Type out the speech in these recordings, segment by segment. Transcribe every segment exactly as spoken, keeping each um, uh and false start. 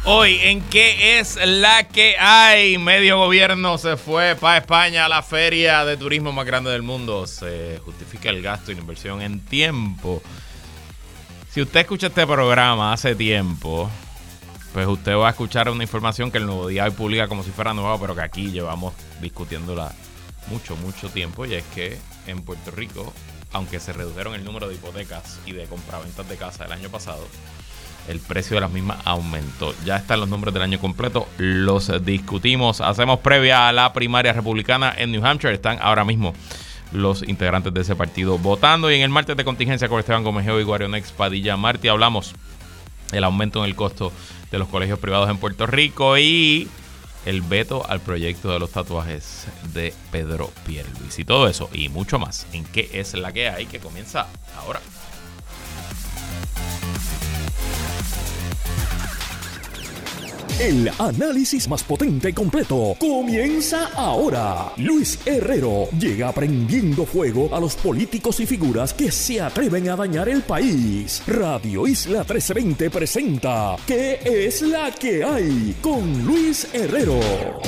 Hoy, ¿en qué es la que hay? Medio gobierno se fue para España a la feria de turismo más grande del mundo. Se justifica el gasto y la inversión en tiempo. Si usted escucha este programa hace tiempo, pues usted va a escuchar una información que el Nuevo Día hoy publica como si fuera nueva, pero que aquí llevamos discutiéndola mucho, mucho tiempo. Y es que en Puerto Rico, aunque se redujeron el número de hipotecas y de compraventas de casa el año pasado, el precio de las mismas aumentó. Ya están los números del año completo, los discutimos. Hacemos previa a la primaria republicana en New Hampshire. Están ahora mismo los integrantes de ese partido votando. Y en el martes de contingencia con Esteban Gómez Geo y Guarionex Padilla Martí hablamos del aumento en el costo de los colegios privados en Puerto Rico y el veto al proyecto de los tatuajes de Pedro Pierluisi. Y todo eso y mucho más en qué es la que hay, que comienza ahora. El análisis más potente y completo comienza ahora. Luis Herrero llega prendiendo fuego a los políticos y figuras que se atreven a dañar el país. Radio Isla trece veinte presenta ¿Qué es la que hay? Con Luis Herrero.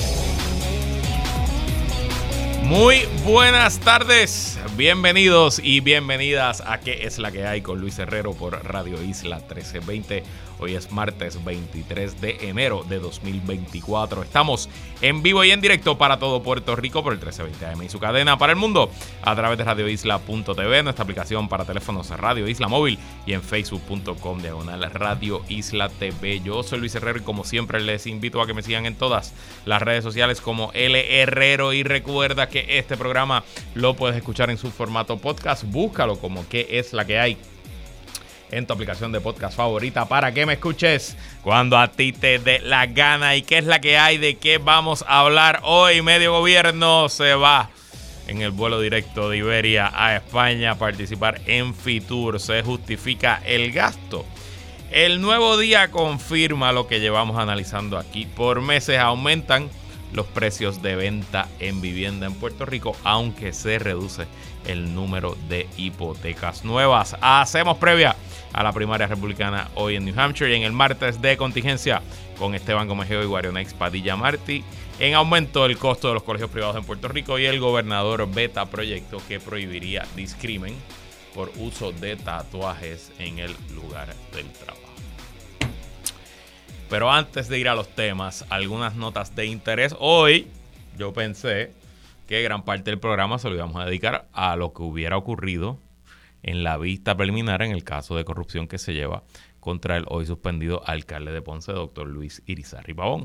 Muy buenas tardes, bienvenidos y bienvenidas a ¿Qué es la que hay? Con Luis Herrero por Radio Isla trece veinte. Hoy es martes veintitrés de enero de dos mil veinticuatro. Estamos en vivo y en directo para todo Puerto Rico por el trece veinte A M y su cadena para el mundo a través de radio isla punto t v, nuestra aplicación para teléfonos Radio Isla Móvil y en facebook punto com diagonal Radio Isla T V. Yo soy Luis Herrero y como siempre les invito a que me sigan en todas las redes sociales como L Herrero y recuerda que este programa lo puedes escuchar en su formato podcast. Búscalo como ¿Qué es la que hay? En tu aplicación de podcast favorita para que me escuches cuando a ti te dé la gana. ¿Y qué es la que hay? ¿De qué vamos a hablar hoy? Medio gobierno se va en el vuelo directo de Iberia a España a participar en Fitur. Se justifica el gasto. El Nuevo Día confirma lo que llevamos analizando aquí. Por meses aumentan los precios de venta en vivienda en Puerto Rico, aunque se reduce el número de hipotecas nuevas. Hacemos previa a la primaria republicana hoy en New Hampshire y en el martes de contingencia con Esteban Gómez Geo y Guarionex Padilla Martí. En aumento el costo de los colegios privados en Puerto Rico y el gobernador veta proyecto que prohibiría discrimen por uso de tatuajes en el lugar del trabajo. Pero antes de ir a los temas, algunas notas de interés. Hoy yo pensé que gran parte del programa se lo íbamos a dedicar a lo que hubiera ocurrido en la vista preliminar en el caso de corrupción que se lleva contra el hoy suspendido alcalde de Ponce, doctor Luis Irizarry Pavón.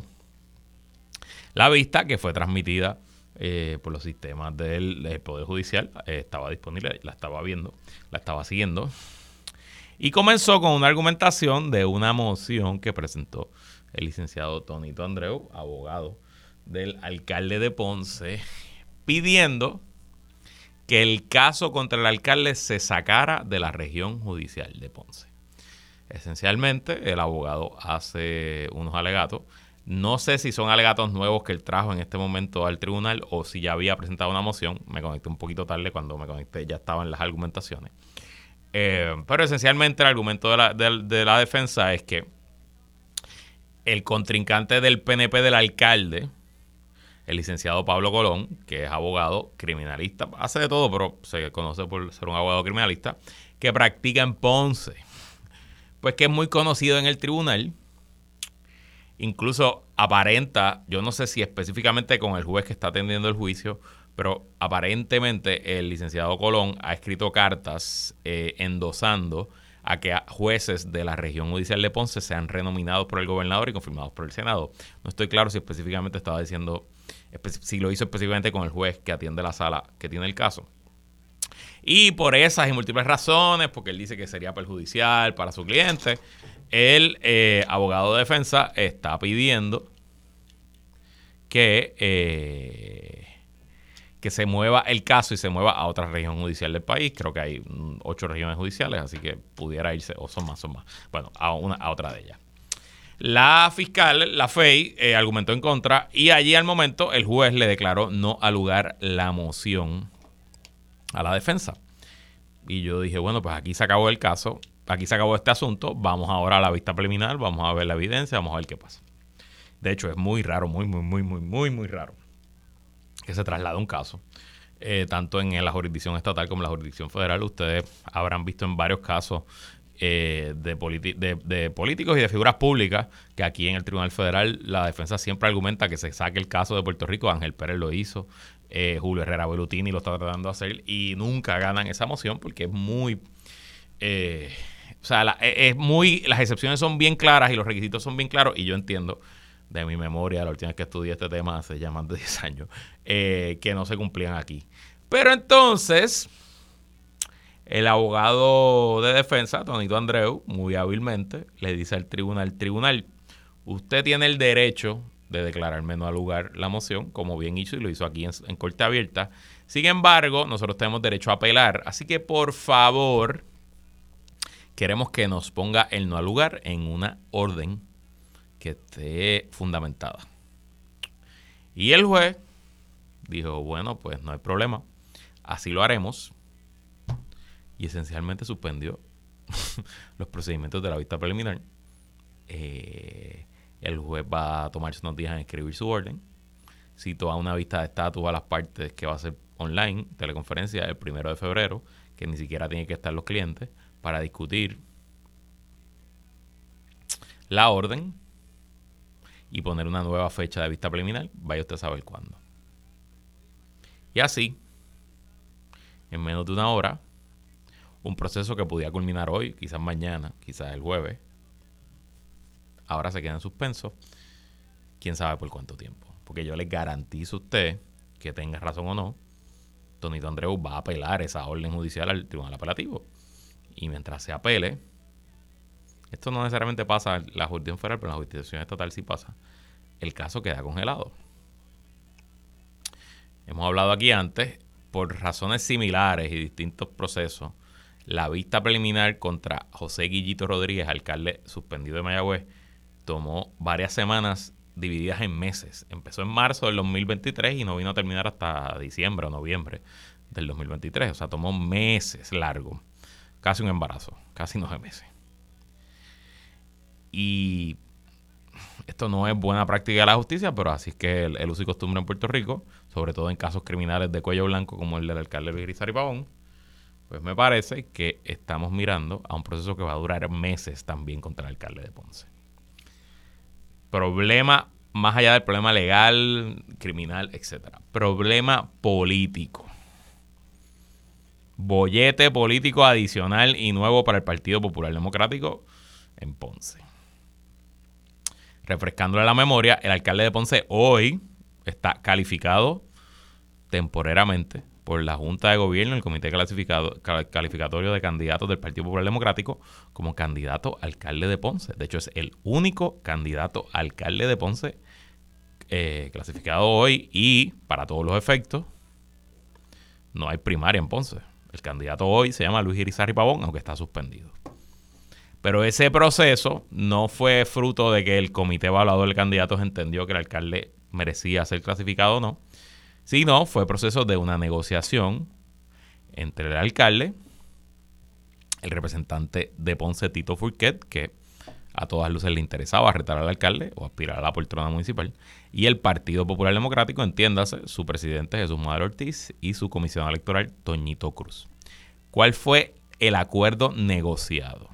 La vista, que fue transmitida eh, por los sistemas del, del Poder Judicial, eh, estaba disponible, la estaba viendo, la estaba siguiendo. Y comenzó con una argumentación de una moción que presentó el licenciado Tonito Andreu, abogado del alcalde de Ponce, pidiendo que el caso contra el alcalde se sacara de la región judicial de Ponce. Esencialmente, el abogado hace unos alegatos. No sé si son alegatos nuevos que él trajo en este momento al tribunal o si ya había presentado una moción. Me conecté un poquito tarde, cuando me conecté ya estaban las argumentaciones. Eh, pero esencialmente el argumento de la, de, de la defensa es que el contrincante del P N P del alcalde, el licenciado Pablo Colón, que es abogado criminalista, hace de todo, pero se conoce por ser un abogado criminalista, que practica en Ponce, pues que es muy conocido en el tribunal, incluso aparenta, yo no sé si específicamente con el juez que está atendiendo el juicio, pero aparentemente el licenciado Colón ha escrito cartas eh, endosando a que jueces de la región judicial de Ponce sean renominados por el gobernador y confirmados por el Senado. No estoy claro si específicamente estaba diciendo, si lo hizo específicamente con el juez que atiende la sala que tiene el caso. Y por esas y múltiples razones, porque él dice que sería perjudicial para su cliente, el eh, abogado de defensa está pidiendo que... Eh, que se mueva el caso y se mueva a otra región judicial del país. Creo que hay ocho regiones judiciales, así que pudiera irse, o son más, son más. Bueno, a, una, a otra de ellas. La fiscal, la F E I, eh, argumentó en contra y allí al momento el juez le declaró no alugar la moción a la defensa. Y yo dije, bueno, pues aquí se acabó el caso. aquí se acabó este asunto, vamos ahora a la vista preliminar, vamos a ver la evidencia, vamos a ver qué pasa. De hecho, es muy raro, muy, muy, muy, muy, muy, muy raro que se traslade un caso, eh, tanto en la jurisdicción estatal como en la jurisdicción federal. Ustedes habrán visto en varios casos eh, de, politi- de, de políticos y de figuras públicas que aquí en el Tribunal Federal la defensa siempre argumenta que se saque el caso de Puerto Rico. Ángel Pérez lo hizo, eh, Julio Herrera Bellutini lo está tratando de hacer y nunca ganan esa moción porque es muy... Eh, o sea, la, es muy... Las excepciones son bien claras y los requisitos son bien claros y yo entiendo de mi memoria, la última vez que estudié este tema hace ya más de diez años, eh, que no se cumplían aquí. Pero entonces, el abogado de defensa, Tonito Andreu, muy hábilmente, le dice al tribunal, tribunal, usted tiene el derecho de declararme no al lugar la moción, como bien hizo y lo hizo aquí en, en corte abierta. Sin embargo, nosotros tenemos derecho a apelar. Así que, por favor, queremos que nos ponga el no al lugar en una orden que esté fundamentada. Y el juez dijo, bueno, pues no hay problema, así lo haremos. Y esencialmente suspendió los procedimientos de la vista preliminar. Eh, el juez va a tomarse unos días en escribir su orden. Citó a una vista de estatus a las partes que va a ser online, teleconferencia, el primero de febrero, que ni siquiera tienen que estar los clientes, para discutir la orden y poner una nueva fecha de vista preliminar, vaya usted a saber cuándo. Y así, en menos de una hora, un proceso que podía culminar hoy, quizás mañana, quizás el jueves, ahora se queda en suspenso, quién sabe por cuánto tiempo. Porque yo les garantizo a usted, que tenga razón o no, Tonito Andreu va a apelar esa orden judicial al Tribunal Apelativo. Y mientras se apele, esto no necesariamente pasa en la jurisdicción federal, pero en la jurisdicción estatal sí pasa, el caso queda congelado. Hemos hablado aquí antes, por razones similares y distintos procesos, la vista preliminar contra José Guillito Rodríguez, alcalde suspendido de Mayagüez, tomó varias semanas divididas en meses. Empezó en marzo del dos mil veintitrés y no vino a terminar hasta diciembre o noviembre del dos mil veintitrés. O sea, tomó meses largos. Casi un embarazo, casi nueve meses. Y esto no es buena práctica de la justicia, pero así es que el, el uso y costumbre en Puerto Rico, sobre todo en casos criminales de cuello blanco como el del alcalde Luis Irizarry Pavón, pues me parece que estamos mirando a un proceso que va a durar meses también contra el alcalde de Ponce. Problema, más allá del problema legal, criminal, etcétera. Problema político. Bollete político adicional y nuevo para el Partido Popular Democrático en Ponce. Refrescándole la memoria, el alcalde de Ponce hoy está calificado temporariamente por la Junta de Gobierno, el Comité Clasificado, Calificatorio de Candidatos del Partido Popular Democrático, como candidato a alcalde de Ponce. De hecho, es el único candidato a alcalde de Ponce eh, clasificado hoy y, para todos los efectos, no hay primaria en Ponce. El candidato hoy se llama Luis Irizarry Pavón, aunque está suspendido. Pero ese proceso no fue fruto de que el comité evaluador de candidatos entendió que el alcalde merecía ser clasificado o no, sino fue proceso de una negociación entre el alcalde, el representante de Ponce, Tito Furquet, que a todas luces le interesaba retar al alcalde o aspirar a la poltrona municipal, y el Partido Popular Democrático, entiéndase, su presidente Jesús Madero Ortiz y su comisionado electoral Toñito Cruz. ¿Cuál fue el acuerdo negociado?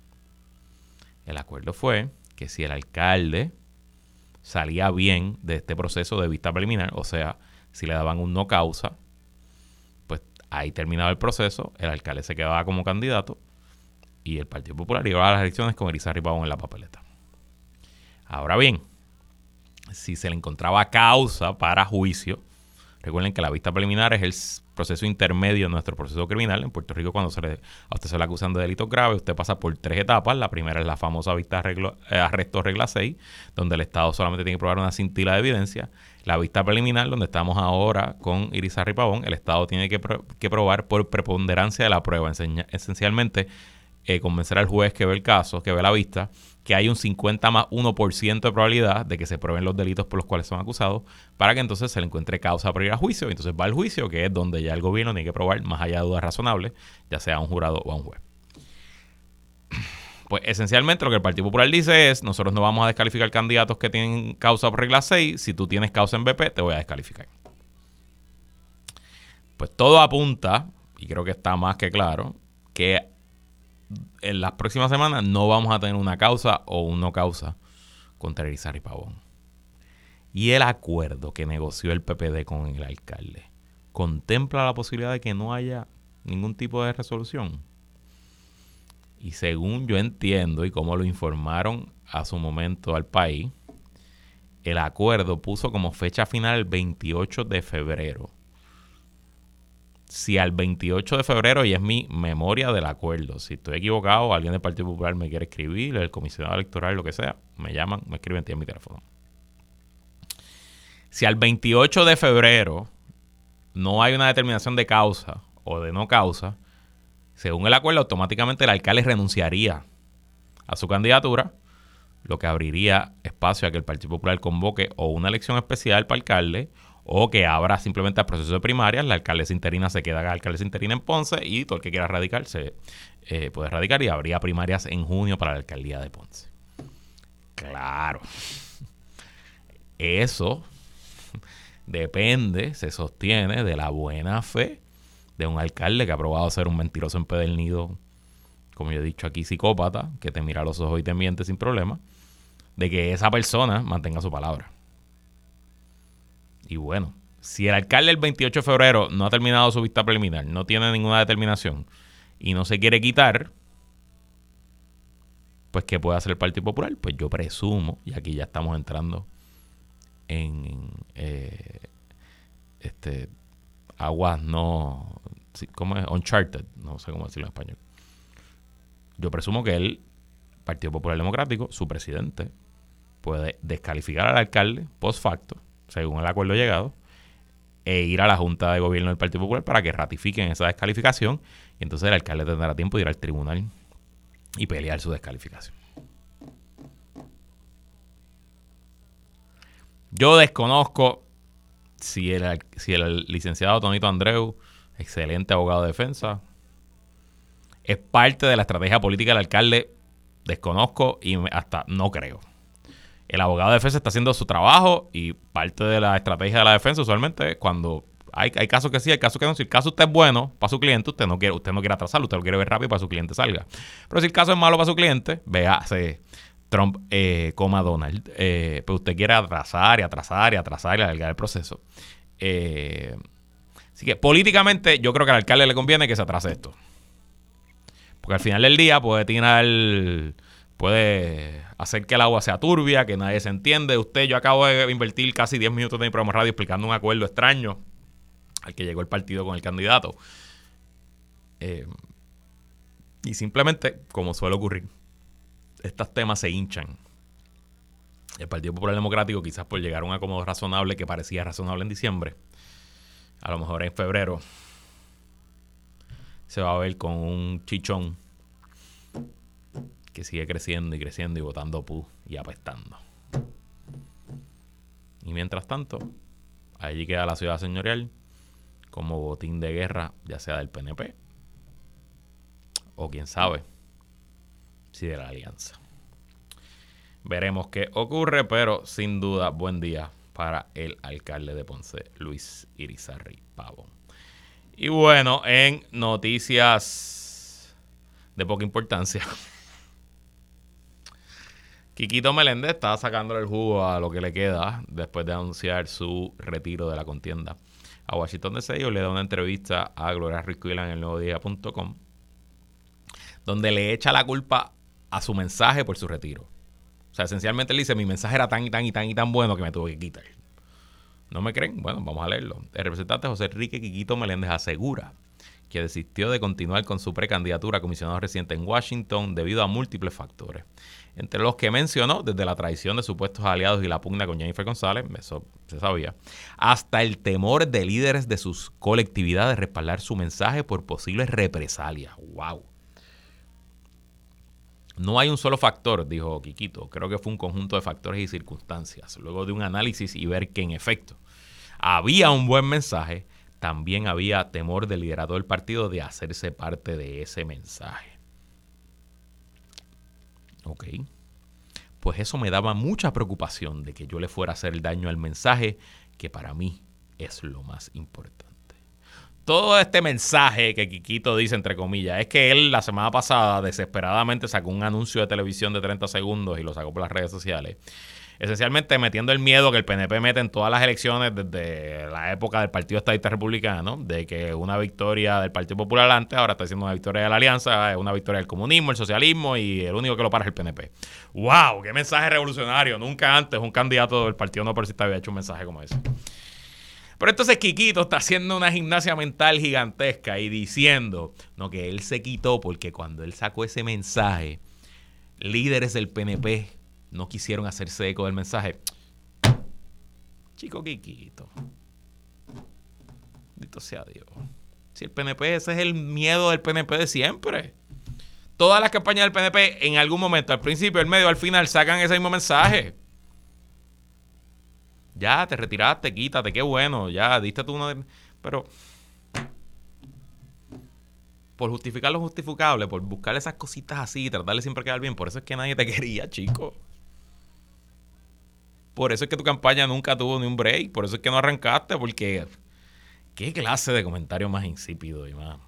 El acuerdo fue que si el alcalde salía bien de este proceso de vista preliminar, o sea, si le daban un no causa, pues ahí terminaba el proceso, el alcalde se quedaba como candidato y el Partido Popular iba a las elecciones con Irizarry Pavón en la papeleta. Ahora bien, si se le encontraba causa para juicio, recuerden que la vista preliminar es el proceso intermedio de nuestro proceso criminal. En Puerto Rico, cuando se le, a usted se le acusan de delitos graves, usted pasa por tres etapas. La primera es la famosa vista arreglo, eh, arresto regla seis, donde el Estado solamente tiene que probar una cintila de evidencia. La vista preliminar, donde estamos ahora con Irizarry Pavón, el Estado tiene que, pro, que probar por preponderancia de la prueba. Enseña, esencialmente, eh, convencer al juez que ve el caso, que ve la vista, que hay un cincuenta más uno por ciento de probabilidad de que se prueben los delitos por los cuales son acusados, para que entonces se le encuentre causa para ir a juicio. Y entonces va al juicio, que es donde ya el gobierno tiene que probar más allá de dudas razonables, ya sea a un jurado o a un juez. Pues esencialmente lo que el Partido Popular dice es, nosotros no vamos a descalificar candidatos que tienen causa por regla seis, si tú tienes causa en B P, te voy a descalificar. Pues todo apunta, y creo que está más que claro, que en las próximas semanas no vamos a tener una causa o un no causa contra Irizarry Pavón. Y el acuerdo que negoció el P P D con el alcalde contempla la posibilidad de que no haya ningún tipo de resolución. Y según yo entiendo y como lo informaron a su momento al país, el acuerdo puso como fecha final el veintiocho de febrero. Si al veintiocho de febrero, y es mi memoria del acuerdo, si estoy equivocado, alguien del Partido Popular me quiere escribir, el comisionado electoral, lo que sea, me llaman, me escriben, tienen mi teléfono. Si al veintiocho de febrero no hay una determinación de causa o de no causa, según el acuerdo, automáticamente el alcalde renunciaría a su candidatura, lo que abriría espacio a que el Partido Popular convoque o una elección especial para alcalde o que abra simplemente el proceso de primarias. La alcaldesa interina se queda alcaldesa interina en Ponce y todo el que quiera radicar se eh, puede radicar y habría primarias en junio para la alcaldía de Ponce. Claro. Eso depende, se sostiene de la buena fe de un alcalde que ha probado ser un mentiroso empedernido, como yo he dicho aquí, psicópata, que te mira a los ojos y te miente sin problema, de que esa persona mantenga su palabra. Y bueno, si el alcalde el veintiocho de febrero no ha terminado su vista preliminar, no tiene ninguna determinación y no se quiere quitar, pues ¿qué puede hacer el Partido Popular? Pues yo presumo, y aquí ya estamos entrando en eh, este aguas no, ¿cómo es? Uncharted, no sé cómo decirlo en español. Yo presumo que el Partido Popular Democrático, su presidente, puede descalificar al alcalde post facto, según el acuerdo llegado, e ir a la Junta de Gobierno del Partido Popular para que ratifiquen esa descalificación, y entonces el alcalde tendrá tiempo de ir al tribunal y pelear su descalificación. Yo desconozco si el, si el licenciado Tonito Andreu, excelente abogado de defensa, es parte de la estrategia política del alcalde. Desconozco y hasta no creo. El abogado de defensa está haciendo su trabajo y parte de la estrategia de la defensa usualmente es cuando hay, hay casos que sí, hay casos que no. Si el caso usted es bueno para su cliente, usted no quiere, usted no quiere atrasarlo, usted lo quiere ver rápido para que su cliente salga. Pero si el caso es malo para su cliente, véase Trump, eh, coma Donald, eh, pues usted quiere atrasar y atrasar y atrasar y alargar el proceso. Eh, así que políticamente yo creo que al alcalde le conviene que se atrase esto. Porque al final del día puede tirar, puede hacer que el agua sea turbia, que nadie se entiende. Usted, yo acabo de invertir casi diez minutos de mi programa de radio explicando un acuerdo extraño al que llegó el partido con el candidato. Eh, y simplemente, como suele ocurrir, estos temas se hinchan. El Partido Popular Democrático, quizás por llegar a un acomodo razonable que parecía razonable en diciembre, a lo mejor en febrero se va a ver con un chichón que sigue creciendo y creciendo y botando pus y apestando. Y mientras tanto, allí queda la ciudad señorial como botín de guerra, ya sea del P N P o quién sabe si de la alianza. Veremos qué ocurre, pero sin duda buen día para el alcalde de Ponce, Luis Irizarry Pavón. Y bueno, en noticias de poca importancia, Quiquito Meléndez está sacándole el jugo a lo que le queda después de anunciar su retiro de la contienda a Washington D C. Le da una entrevista a Gloria Ruiz-Cuilá en el nuevo día punto com, donde le echa la culpa a su mensaje por su retiro. O sea, esencialmente le dice, mi mensaje era tan y tan y tan y tan bueno que me tuve que quitar. ¿No me creen? Bueno, vamos a leerlo. El representante José Enrique Quiquito Meléndez asegura que desistió de continuar con su precandidatura a comisionado residente en Washington debido a múltiples factores, entre los que mencionó desde la traición de supuestos aliados y la pugna con Jennifer González, eso se sabía, hasta el temor de líderes de sus colectividades de respaldar su mensaje por posibles represalias. ¡Wow! No hay un solo factor, dijo Quiquito. Creo que fue un conjunto de factores y circunstancias. Luego de un análisis y ver que en efecto había un buen mensaje, también había temor del liderato del partido de hacerse parte de ese mensaje. Ok. Pues eso me daba mucha preocupación de que yo le fuera a hacer daño al mensaje, que para mí es lo más importante. Todo este mensaje que Kikito dice, entre comillas, es que él la semana pasada desesperadamente sacó un anuncio de televisión de treinta segundos y lo sacó por las redes sociales. Esencialmente metiendo el miedo que el P N P mete en todas las elecciones desde la época del Partido Estadista Republicano, de que una victoria del Partido Popular antes, ahora está siendo una victoria de la Alianza, es una victoria del comunismo, el socialismo, y el único que lo para es el P N P. ¡Wow! ¡Qué mensaje revolucionario! Nunca antes un candidato del Partido No Progresista había hecho un mensaje como ese. Pero entonces Kikito está haciendo una gimnasia mental gigantesca y diciendo, no, que él se quitó porque cuando él sacó ese mensaje, líderes del P N P no quisieron hacerse eco del mensaje. Chico Kikito. Bendito sea Dios. Si el P N P, ese es el miedo del P N P de siempre. Todas las campañas del P N P, en algún momento, al principio, al medio, al final, sacan ese mismo mensaje. Ya, te retiraste, quítate, qué bueno. Ya, diste tú uno de... Pero... por justificar lo justificable, por buscar esas cositas así, tratarle siempre quedar bien. Por eso es que nadie te quería, chico. Por eso es que tu campaña nunca tuvo ni un break. Por eso es que no arrancaste, porque... ¿qué clase de comentario más insípido y más...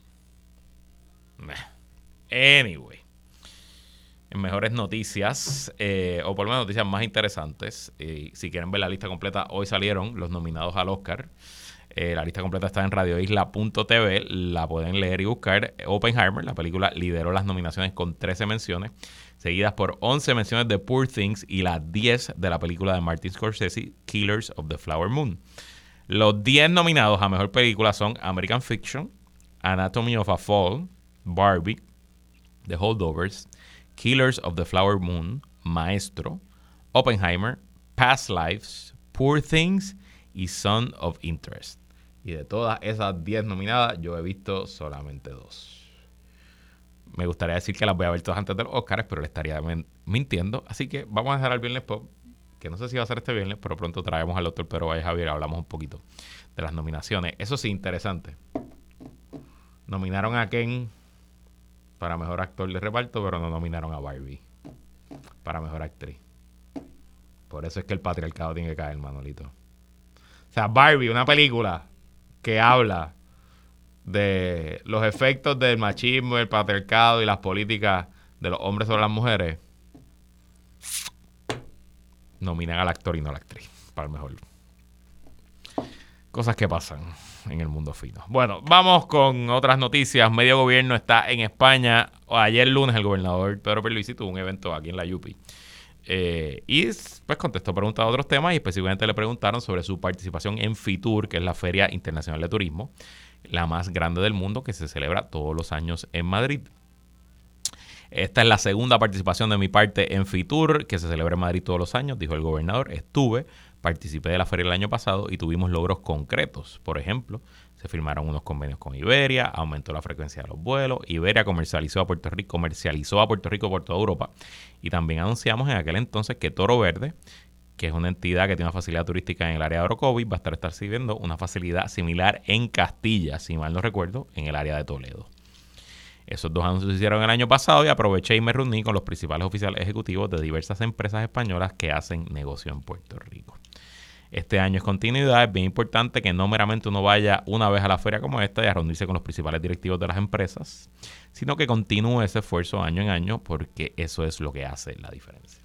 Anyway. En mejores noticias, eh, o por lo menos noticias más interesantes, eh, si quieren ver la lista completa, hoy salieron los nominados al Oscar. Eh, la lista completa está en radio isla punto t v, la pueden leer y buscar. Oppenheimer, la película, lideró las nominaciones con trece menciones, seguidas por once menciones de Poor Things y las diez de la película de Martin Scorsese, Killers of the Flower Moon. Los diez nominados a mejor película son American Fiction, Anatomy of a Fall, Barbie, The Holdovers, Killers of the Flower Moon, Maestro, Oppenheimer, Past Lives, Poor Things y Zone of Interest. Y de todas esas diez nominadas, yo he visto solamente dos. Me gustaría decir que las voy a ver todas antes de los Oscars, pero le estaría mintiendo. Así que vamos a dejar al Viernes Pop, que no sé si va a ser este viernes, pero pronto traemos al doctor Pedro Valle Javier y hablamos un poquito de las nominaciones. Eso sí, interesante. Nominaron a Ken para mejor actor de reparto, pero no nominaron a Barbie para mejor actriz. Por eso es que el patriarcado tiene que caer, Manolito. O sea, Barbie, una película que habla de los efectos del machismo, el patriarcado y las políticas de los hombres sobre las mujeres, nominan al actor y no a la actriz para el mejor. Cosas que pasan en el mundo fino. Bueno, vamos con otras noticias. Medio gobierno está en España. Ayer lunes el gobernador Pedro Pierluisi tuvo un evento aquí en la Yupi. Eh, y pues contestó preguntas de otros temas y específicamente le preguntaron sobre su participación en FITUR, que es la Feria Internacional de Turismo, la más grande del mundo, que se celebra todos los años en Madrid. Esta es la segunda participación de mi parte en FITUR, que se celebra en Madrid todos los años, dijo el gobernador. Estuve, participé de la feria el año pasado y tuvimos logros concretos. Por ejemplo, se firmaron unos convenios con Iberia, aumentó la frecuencia de los vuelos, Iberia comercializó a Puerto Rico, comercializó a Puerto Rico por toda Europa, y también anunciamos en aquel entonces que Toro Verde, que es una entidad que tiene una facilidad turística en el área de Orocovis, va a estar, estar sirviendo una facilidad similar en Castilla, si mal no recuerdo, en el área de Toledo. Esos dos anuncios se hicieron el año pasado y aproveché y me reuní con los principales oficiales ejecutivos de diversas empresas españolas que hacen negocio en Puerto Rico. Este año es continuidad, es bien importante que no meramente uno vaya una vez a la feria como esta y a reunirse con los principales directivos de las empresas, sino que continúe ese esfuerzo año en año, porque eso es lo que hace la diferencia.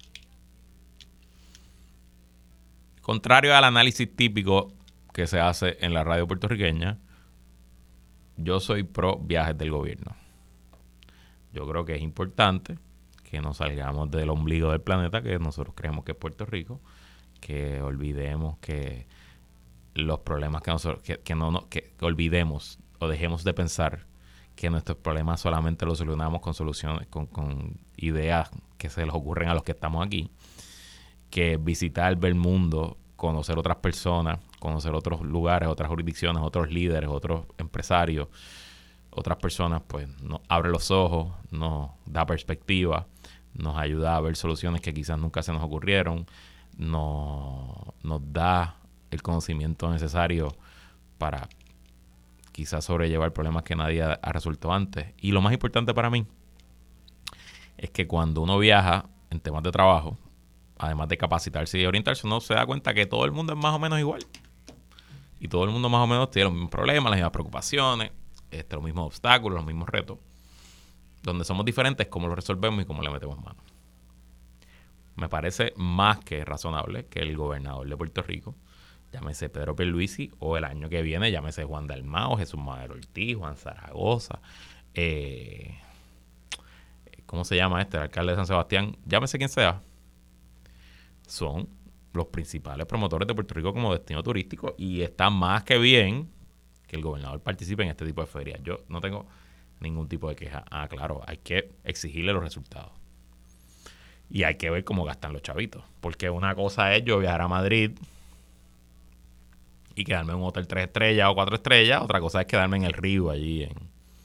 Contrario al análisis típico que se hace en la radio puertorriqueña, yo soy pro viajes del gobierno. Yo creo que es importante que nos salgamos del ombligo del planeta que nosotros creemos que es Puerto Rico, que olvidemos que los problemas que nosotros, que, que no, no que olvidemos o dejemos de pensar que nuestros problemas solamente los solucionamos con soluciones, con, con ideas que se les ocurren a los que estamos aquí, que visitar, ver el mundo, conocer otras personas, conocer otros lugares, otras jurisdicciones, otros líderes, otros empresarios, otras personas, pues nos abre los ojos, nos da perspectiva, nos ayuda a ver soluciones que quizás nunca se nos ocurrieron, nos, nos da el conocimiento necesario para quizás sobrellevar problemas que nadie ha, ha resuelto antes. Y lo más importante para mí es que cuando uno viaja, en temas de trabajo, además de capacitarse y orientarse, uno se da cuenta que todo el mundo es más o menos igual. Y todo el mundo más o menos tiene los mismos problemas, las mismas preocupaciones, este, los mismos obstáculos, los mismos retos. Donde somos diferentes, cómo los resolvemos y cómo le metemos mano. Me parece más que razonable que el gobernador de Puerto Rico, llámese Pedro Pierluisi, o el año que viene, llámese Juan Dalmau, Jesús Madero Ortiz, Juan Zaragoza, eh, ¿cómo se llama este? El alcalde de San Sebastián, llámese quien sea, son los principales promotores de Puerto Rico como destino turístico y está más que bien que el gobernador participe en este tipo de ferias. Yo no tengo ningún tipo de queja. Ah, claro, hay que exigirle los resultados. Y hay que ver cómo gastan los chavitos. Porque una cosa es yo viajar a Madrid y quedarme en un hotel tres estrellas o cuatro estrellas. Otra cosa es quedarme en el río allí en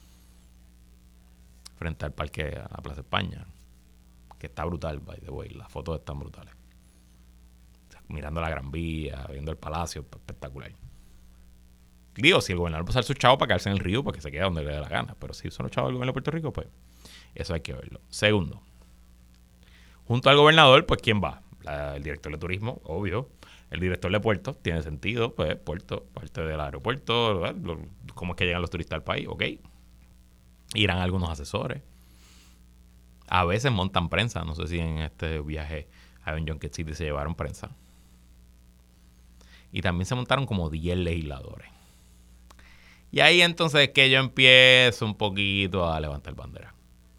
frente al parque a la Plaza España. Que está brutal, by the way. Las fotos están brutales. O sea, mirando la Gran Vía, viendo el palacio, espectacular. Digo, si el gobernador puede usar sus chavos para quedarse en el río, para que se quede donde le dé la gana. Pero si son los chavos del gobierno de Puerto Rico, pues eso hay que verlo. Segundo, junto al gobernador, pues ¿quién va? La, el director de turismo, obvio. El director de puertos, tiene sentido, pues puerto, parte del aeropuerto, ¿verdad? ¿Cómo es que llegan los turistas al país? Ok. Irán algunos asesores. A veces montan prensa. No sé si en este viaje a Junket City se llevaron prensa. Y también se montaron como diez legisladores. Y ahí entonces es que yo empiezo un poquito a levantar bandera.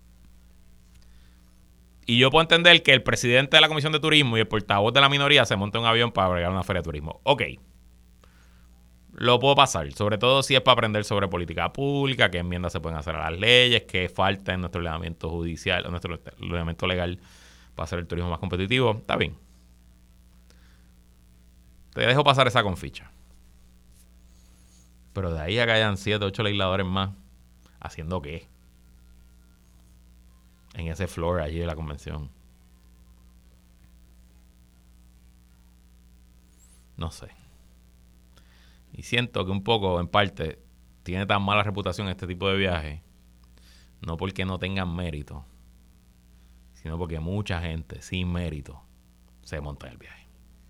Y yo puedo entender que el presidente de la Comisión de Turismo y el portavoz de la minoría se monte un avión para bregar una feria de turismo. Ok. Lo puedo pasar. Sobre todo si es para aprender sobre política pública, qué enmiendas se pueden hacer a las leyes, qué falta en nuestro ordenamiento judicial, en nuestro ordenamiento legal para hacer el turismo más competitivo. Está bien. Te dejo pasar esa con ficha. Pero de ahí a que hayan siete, ocho legisladores más, ¿haciendo qué? En ese floor allí de la convención. No sé. Y siento que un poco, en parte, tiene tan mala reputación este tipo de viajes, no porque no tengan mérito, sino porque mucha gente sin mérito se monta en el viaje.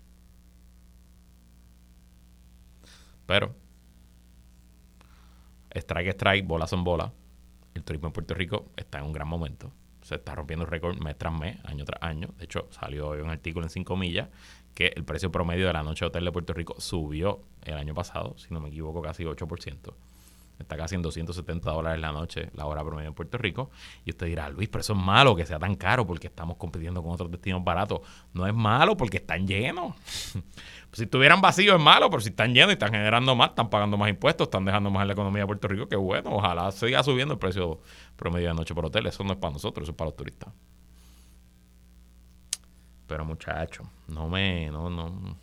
Pero strike, strike, bola son bola. El turismo en Puerto Rico está en un gran momento. Se está rompiendo récord mes tras mes, año tras año. De hecho, salió hoy un artículo en cinco millas que el precio promedio de la noche de hotel de Puerto Rico subió el año pasado, si no me equivoco, casi ocho por ciento. Está casi en doscientos setenta dólares la noche, la hora promedio en Puerto Rico. Y usted dirá, Luis, pero eso es malo que sea tan caro porque estamos compitiendo con otros destinos baratos. No es malo porque están llenos. Pues si estuvieran vacíos es malo, pero si están llenos y están generando más, están pagando más impuestos, están dejando más en la economía de Puerto Rico, que bueno, ojalá siga subiendo el precio promedio de noche por hotel. Eso no es para nosotros, eso es para los turistas. Pero muchachos, no me, no, no,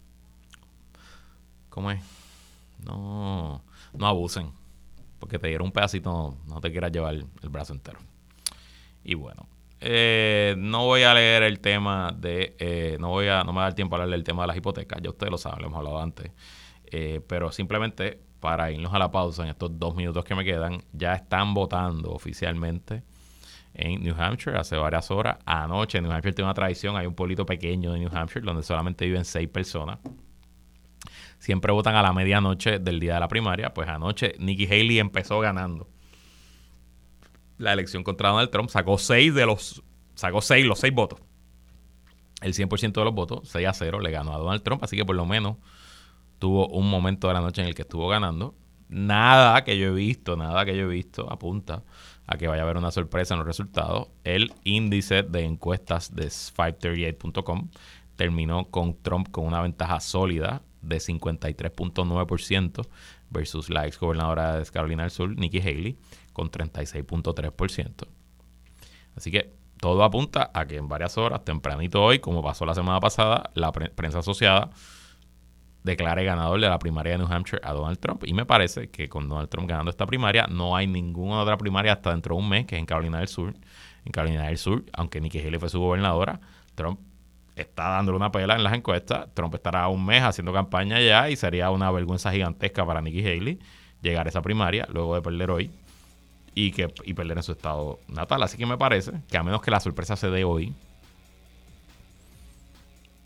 ¿cómo es? No, no abusen, porque te dieron un pedacito, no, no te quieras llevar el, el brazo entero. Y bueno, eh, no voy a leer el tema de, eh, no voy a, no me va a dar tiempo a hablar del tema de las hipotecas, ya ustedes lo saben, lo hemos hablado antes, eh, pero simplemente para irnos a la pausa en estos dos minutos que me quedan, ya están votando oficialmente en New Hampshire hace varias horas. Anoche New Hampshire tiene una tradición, hay un pueblito pequeño de New Hampshire donde solamente viven seis personas. Siempre votan a la medianoche del día de la primaria. Pues anoche Nikki Haley empezó ganando la elección contra Donald Trump, sacó seis de los sacó seis, los seis votos. El cien por ciento de los votos, seis a cero, le ganó a Donald Trump, así que por lo menos tuvo un momento de la noche en el que estuvo ganando. Nada que yo he visto, nada que yo he visto apunta a que vaya a haber una sorpresa en los resultados. El índice de encuestas de quinientos treinta y ocho punto com terminó con Trump con una ventaja sólida de cincuenta y tres punto nueve por ciento versus la ex gobernadora de Carolina del Sur, Nikki Haley, con treinta y seis punto tres por ciento. Así que todo apunta a que en varias horas, tempranito hoy, como pasó la semana pasada, la pre- prensa asociada declare ganador de la primaria de New Hampshire a Donald Trump. Y me parece que con Donald Trump ganando esta primaria, no hay ninguna otra primaria hasta dentro de un mes, que es en Carolina del Sur. En Carolina del Sur, aunque Nikki Haley fue su gobernadora, Trump está dándole una pela en las encuestas. Trump estará un mes haciendo campaña ya y sería una vergüenza gigantesca para Nikki Haley llegar a esa primaria luego de perder hoy y que y perder en su estado natal. Así que me parece que a menos que la sorpresa se dé hoy,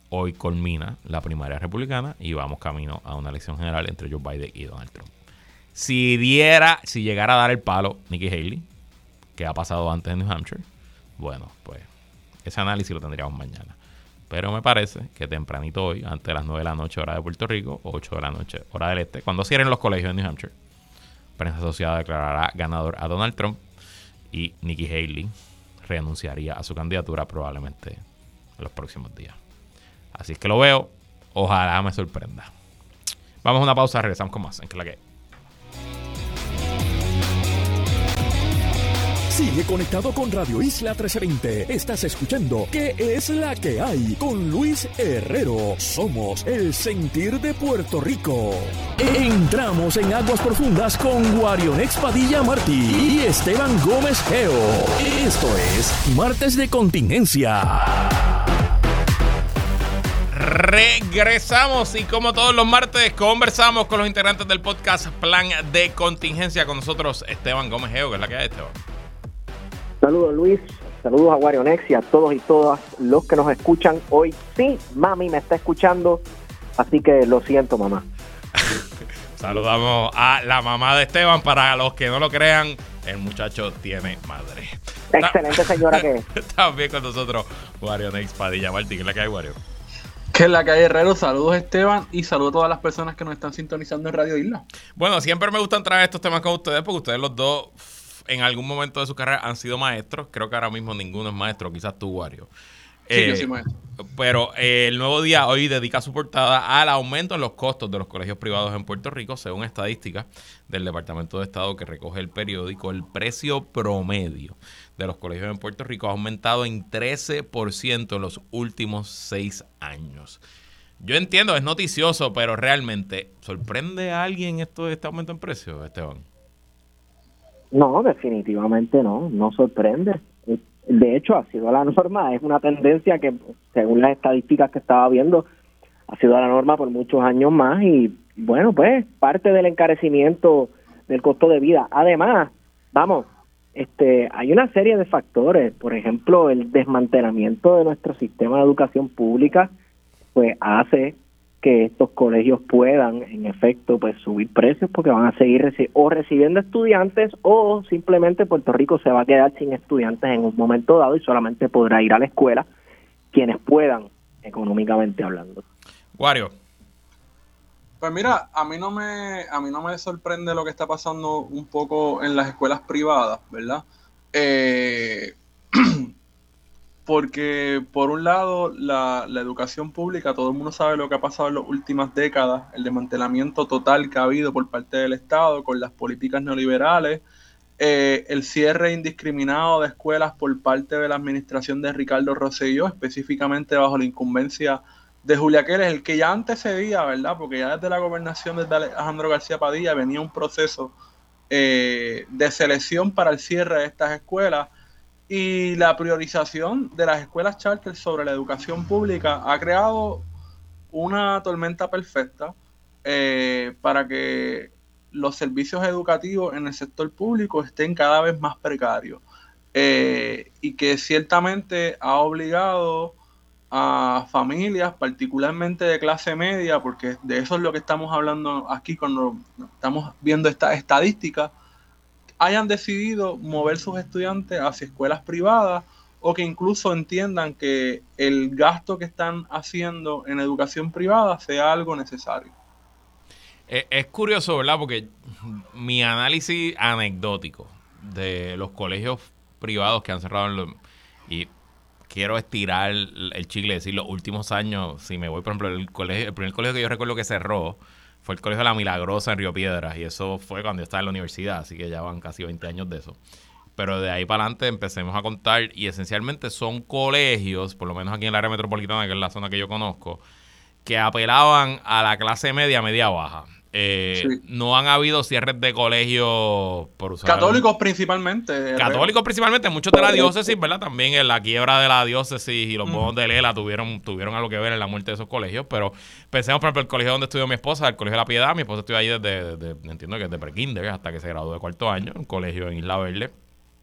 hoy culmina la primaria republicana y vamos camino a una elección general entre Joe Biden y Donald Trump. Si diera, si llegara a dar el palo Nikki Haley, que ha pasado antes en New Hampshire, bueno, pues ese análisis lo tendríamos mañana. Pero me parece que tempranito hoy, antes de las nueve de la noche, hora de Puerto Rico, ocho de la noche, hora del este, cuando cierren los colegios en New Hampshire, prensa asociada declarará ganador a Donald Trump y Nikki Haley renunciaría a su candidatura probablemente en los próximos días. Así es que lo veo. Ojalá me sorprenda. Vamos a una pausa, regresamos con más en Que La Que Hay. Sigue conectado con Radio Isla trece veinte. Estás escuchando ¿Qué es la que hay? Con Luis Herrero. Somos el sentir de Puerto Rico. Entramos en aguas profundas con Guarionex Padilla Martí y Esteban Gómez Geo. Esto es Martes de Contingencia. Regresamos y como todos los martes conversamos con los integrantes del podcast Plan de Contingencia. Con nosotros Esteban Gómez Geo, que es la que hay, Esteban. Saludos, Luis, saludos a Guarionex y a todos y todas los que nos escuchan hoy. Sí, mami me está escuchando, así que lo siento, mamá. Saludamos a la mamá de Esteban. Para los que no lo crean, el muchacho tiene madre. Excelente señora que es. También con nosotros Guarionex Padilla Martí, que es la que hay, Guario. Que es la que hay, Herrero. Saludos, Esteban, y saludos a todas las personas que nos están sintonizando en Radio Isla. Bueno, siempre me gustan traer estos temas con ustedes porque ustedes los dos en algún momento de su carrera han sido maestros. Creo que ahora mismo ninguno es maestro, quizás tú, Wario. Sí, eh, yo soy maestro. Pero eh, el Nuevo Día hoy dedica su portada al aumento en los costos de los colegios privados en Puerto Rico. Según estadísticas del Departamento de Estado que recoge el periódico, el precio promedio de los colegios en Puerto Rico ha aumentado en trece por ciento en los últimos seis años. Yo entiendo, es noticioso, pero realmente, ¿sorprende a alguien esto, este aumento en precios, Esteban? No, definitivamente no, no sorprende. De hecho, ha sido la norma, es una tendencia que, según las estadísticas que estaba viendo, ha sido la norma por muchos años más y, bueno, pues, parte del encarecimiento del costo de vida. Además, vamos, este, hay una serie de factores, por ejemplo, el desmantelamiento de nuestro sistema de educación pública, pues, hace que estos colegios puedan, en efecto, pues subir precios porque van a seguir reci- o recibiendo estudiantes o simplemente Puerto Rico se va a quedar sin estudiantes en un momento dado y solamente podrá ir a la escuela quienes puedan, económicamente hablando. Wario. Pues mira, a mí no me a mí no me sorprende lo que está pasando un poco en las escuelas privadas, ¿verdad? Eh, porque por un lado la, la educación pública, todo el mundo sabe lo que ha pasado en las últimas décadas, el desmantelamiento total que ha habido por parte del Estado con las políticas neoliberales, eh, el cierre indiscriminado de escuelas por parte de la administración de Ricardo Rosselló, específicamente bajo la incumbencia de Julia Keles, el que ya antecedía, ¿verdad? Porque ya desde la gobernación de Alejandro García Padilla venía un proceso eh, de selección para el cierre de estas escuelas. Y la priorización de las escuelas charter sobre la educación pública ha creado una tormenta perfecta eh, para que los servicios educativos en el sector público estén cada vez más precarios eh, y que ciertamente ha obligado a familias, particularmente de clase media, porque de eso es lo que estamos hablando aquí cuando estamos viendo esta estadística, hayan decidido mover sus estudiantes hacia escuelas privadas o que incluso entiendan que el gasto que están haciendo en educación privada sea algo necesario. Es, es curioso, ¿verdad? Porque mi análisis anecdótico de los colegios privados que han cerrado en los, y quiero estirar el, el chicle, decir los últimos años, si me voy, por ejemplo, el colegio, el primer colegio que yo recuerdo que cerró fue el Colegio de la Milagrosa en Río Piedras, y eso fue cuando yo estaba en la universidad, así que ya van casi veinte años de eso. Pero de ahí para adelante empecemos a contar, y esencialmente son colegios, por lo menos aquí en el área metropolitana, que es la zona que yo conozco, que apelaban a la clase media, media baja. Eh, sí. No han habido cierres de colegios por usar católicos un... principalmente. Católicos principalmente, muchos de la diócesis, ¿verdad? También en la quiebra de la diócesis y los bonos mm. de Lela tuvieron, tuvieron algo que ver en la muerte de esos colegios. Pero pensemos, por ejemplo, el colegio donde estudió mi esposa, el Colegio de la Piedad. Mi esposa estudió ahí desde, desde entiendo que desde prekinder hasta que se graduó de cuarto año, un colegio en Isla Verde,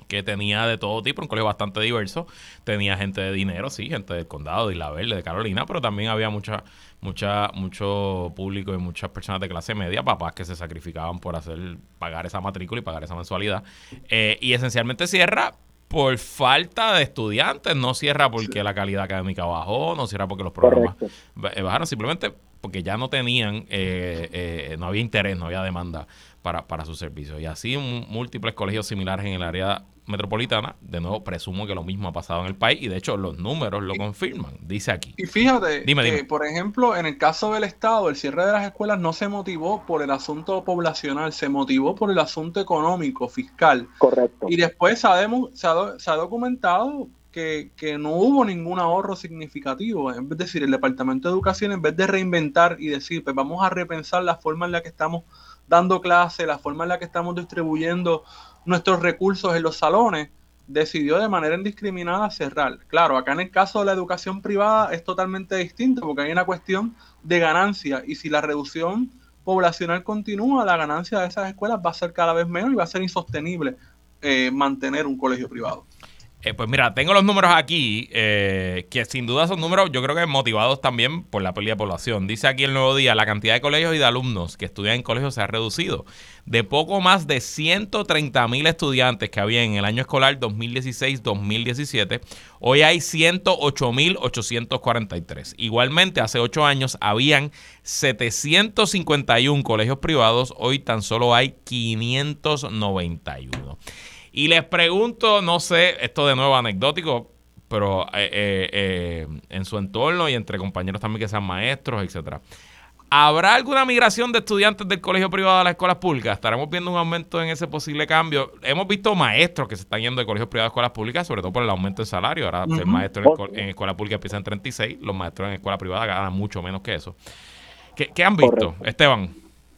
que tenía de todo tipo, un colegio bastante diverso. Tenía gente de dinero, sí, gente del condado, de Isla Verde, de Carolina, pero también había mucha, mucha, mucho público y muchas personas de clase media, papás que se sacrificaban por hacer, pagar esa matrícula y pagar esa mensualidad. Eh, y esencialmente cierra por falta de estudiantes, no cierra porque sí. la calidad académica bajó, no cierra porque los programas Correcto. bajaron, simplemente porque ya no tenían, eh, eh, no había interés, no había demanda para, para sus servicios. Y así m- múltiples colegios similares en el área metropolitana. De nuevo, presumo que lo mismo ha pasado en el país y de hecho los números lo confirman, dice aquí. Y fíjate dime, que, dime. por ejemplo, en el caso del Estado, el cierre de las escuelas no se motivó por el asunto poblacional, se motivó por el asunto económico, fiscal. Correcto. Y después se ha, demo, se ha, do, se ha documentado que, que no hubo ningún ahorro significativo. Es decir, el Departamento de Educación, en vez de reinventar y decir, pues vamos a repensar la forma en la que estamos dando clase, la forma en la que estamos distribuyendo nuestros recursos en los salones, decidió de manera indiscriminada cerrar. Claro, acá en el caso de la educación privada es totalmente distinto porque hay una cuestión de ganancia y si la reducción poblacional continúa, la ganancia de esas escuelas va a ser cada vez menos y va a ser insostenible eh, mantener un colegio privado. Eh, pues mira, tengo los números aquí, eh, que sin duda son números, yo creo que motivados también por la pérdida de población. Dice aquí el Nuevo Día, la cantidad de colegios y de alumnos que estudian en colegios se ha reducido. De poco más de ciento treinta mil estudiantes que había en el año escolar dos mil dieciséis dos mil diecisiete, hoy hay ciento ocho mil ochocientos cuarenta y tres. Igualmente, hace ocho años habían setecientos cincuenta y uno colegios privados, hoy tan solo hay quinientos noventa y uno. Y les pregunto, no sé, esto de nuevo anecdótico, pero eh, eh, eh, en su entorno y entre compañeros también que sean maestros, etcétera. ¿Habrá alguna migración de estudiantes del colegio privado a las escuelas públicas? ¿Estaremos viendo un aumento en ese posible cambio? Hemos visto maestros que se están yendo de colegios privados a escuelas públicas, sobre todo por el aumento de salario. Ahora, uh-huh. ser maestro en, esco- en escuela pública empieza en treinta y seis, los maestros en escuela privada ganan mucho menos que eso. ¿Qué, qué han visto, Correcto. Esteban?